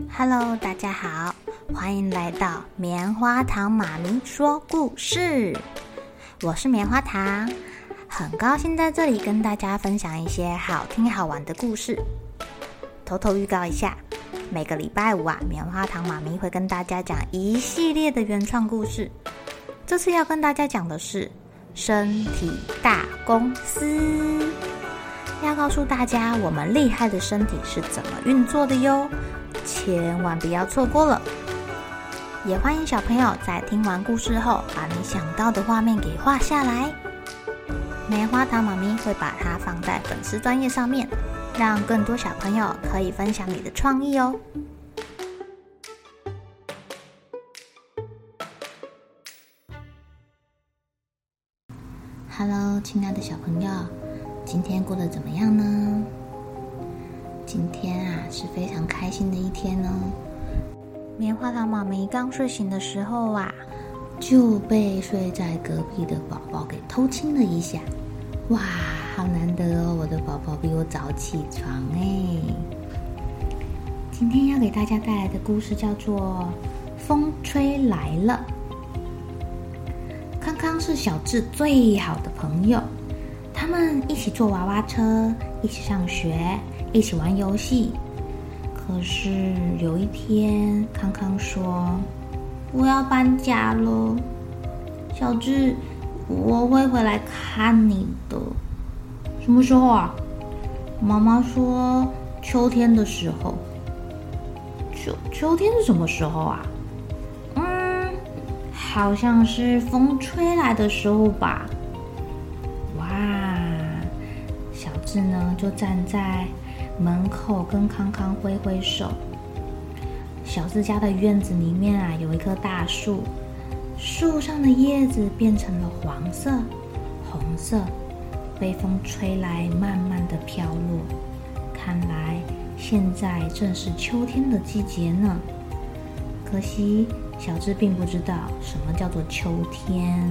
Hello， 大家好，欢迎来到棉花糖妈咪说故事。我是棉花糖，很高兴在这里跟大家分享一些好听好玩的故事。偷偷预告一下，每个礼拜五棉花糖妈咪会跟大家讲一系列的原创故事。这次要跟大家讲的是身体大公司，要告诉大家我们厉害的身体是怎么运作的哟，千万不要错过了。也欢迎小朋友在听完故事后，把你想到的画面给画下来。棉花糖妈咪会把它放在粉丝专页上面，让更多小朋友可以分享你的创意哦。Hello， 亲爱的小朋友，今天过得怎么样呢？今天是非常开心的一天哦。棉花糖妈咪刚睡醒的时候就被睡在隔壁的宝宝给偷亲了一下。哇，好难得哦，我的宝宝比我早起床哎。今天要给大家带来的故事叫做《风吹来了》。康康是小智最好的朋友，他们一起坐娃娃车，一起上学，一起玩游戏。可是有一天，康康说：“我要搬家了，小智，我会回来看你的。”什么时候啊？妈妈说秋天的时候。秋天是什么时候啊？好像是风吹来的时候吧。哇，小智呢就站在门口跟康康挥挥手。小智家的院子里面有一棵大树，树上的叶子变成了黄色、红色，被风吹来慢慢的飘落。看来现在正是秋天的季节呢。可惜小智并不知道什么叫做秋天。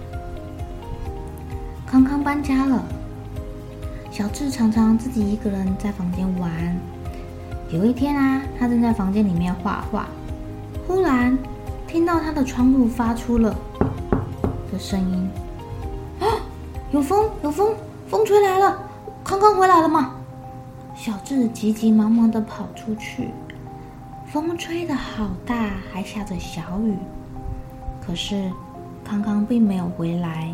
康康搬家了，小智常常自己一个人在房间玩。有一天他正在房间里面画画，忽然听到他的窗户发出了的声音。有风，风吹来了，康康回来了吗？小智急急忙忙地跑出去。风吹得好大，还下着小雨。可是康康并没有回来。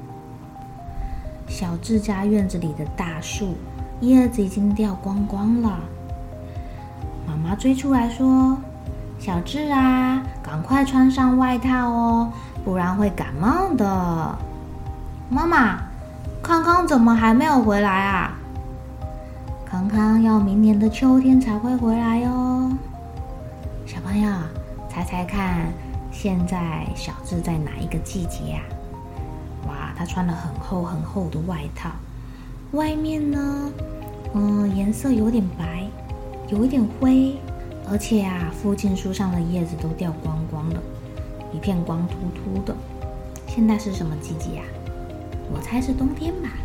小智家院子里的大树叶子已经掉光光了。妈妈追出来说：“小智赶快穿上外套哦，不然会感冒的。”妈妈，康康怎么还没有回来啊？康康要明年的秋天才会回来哦。小朋友，猜猜看，现在小智在哪一个季节啊？哇，他穿了很厚很厚的外套，外面呢，颜色有点白，有一点灰，而且附近树上的叶子都掉光光了，一片光秃秃的。现在是什么季节啊？我猜是冬天吧。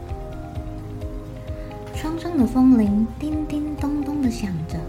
窗上的风铃叮叮咚咚的响着。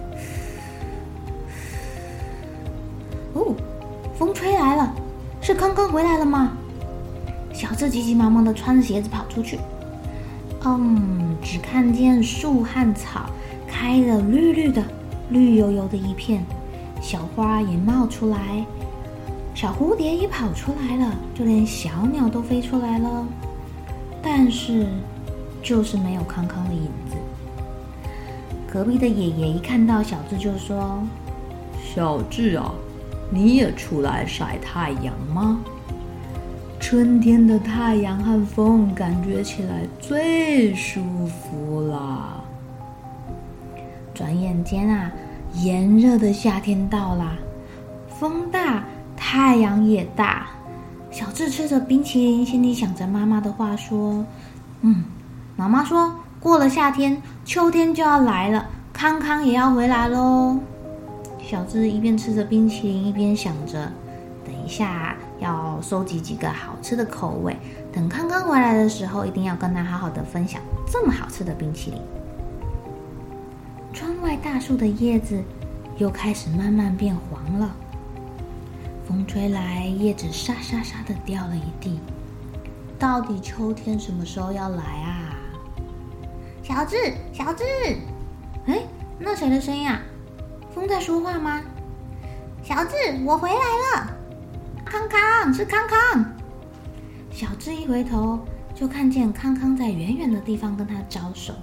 风吹来了，是康康回来了吗？小智急急忙忙的穿着鞋子跑出去。只看见树和草开了绿绿的、绿油油的一片，小花也冒出来，小蝴蝶也跑出来了，就连小鸟都飞出来了。但是就是没有康康的影子。隔壁的爷爷一看到小智就说：“小智你也出来晒太阳吗？春天的太阳和风感觉起来最舒服了。”转眼间炎热的夏天到啦，风大，太阳也大。小智吃着冰淇淋，心里想着妈妈的话说：“妈妈说过了夏天，秋天就要来了，康康也要回来咯。”小智一边吃着冰淇淋，一边想着等一下要收集几个好吃的口味，等康康回来的时候一定要跟他好好的分享这么好吃的冰淇淋。窗外大树的叶子又开始慢慢变黄了。风吹来，叶子沙沙沙的掉了一地。到底秋天什么时候要来啊？小智，小智！哎，那谁的声音啊？风在说话吗？小智，我回来了！康康，是康康！小智一回头，就看见康康在远远的地方跟他招手。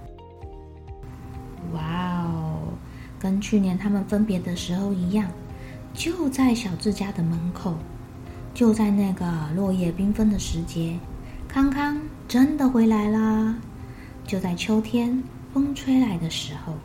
哇哦，跟去年他们分别的时候一样，就在小智家的门口，就在那个落叶缤纷的时节，康康真的回来啦！就在秋天风吹来的时候。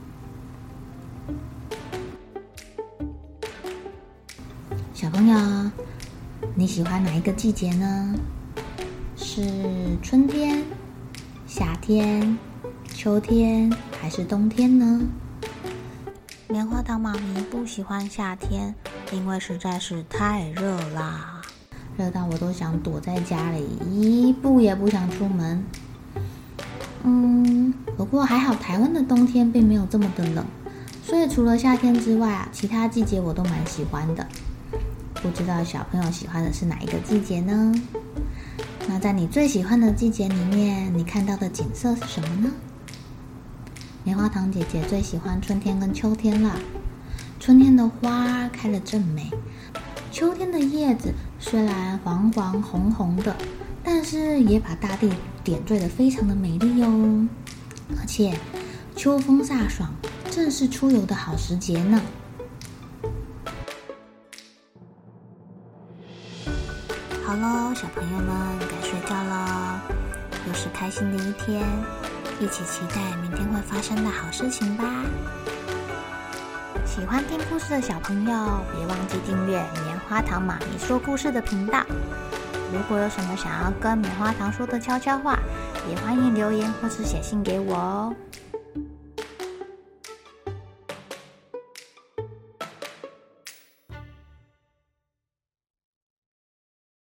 小朋友，你喜欢哪一个季节呢？是春天、夏天、秋天还是冬天呢？棉花糖妈咪不喜欢夏天，因为实在是太热啦，热到我都想躲在家里，一步也不想出门。不过还好台湾的冬天并没有这么的冷，所以除了夏天之外啊，其他季节我都蛮喜欢的。不知道小朋友喜欢的是哪一个季节呢？那在你最喜欢的季节里面，你看到的景色是什么呢？棉花糖姐姐最喜欢春天跟秋天了。春天的花开得正美，秋天的叶子虽然黄黄红红的，但是也把大地点缀得非常的美丽哦。而且秋风飒爽，正是出游的好时节呢。好咯，小朋友们该睡觉咯，又是开心的一天，一起期待明天会发生的好事情吧。喜欢听故事的小朋友，别忘记订阅棉花糖妈咪说故事的频道。如果有什么想要跟棉花糖说的悄悄话，也欢迎留言或是写信给我哦。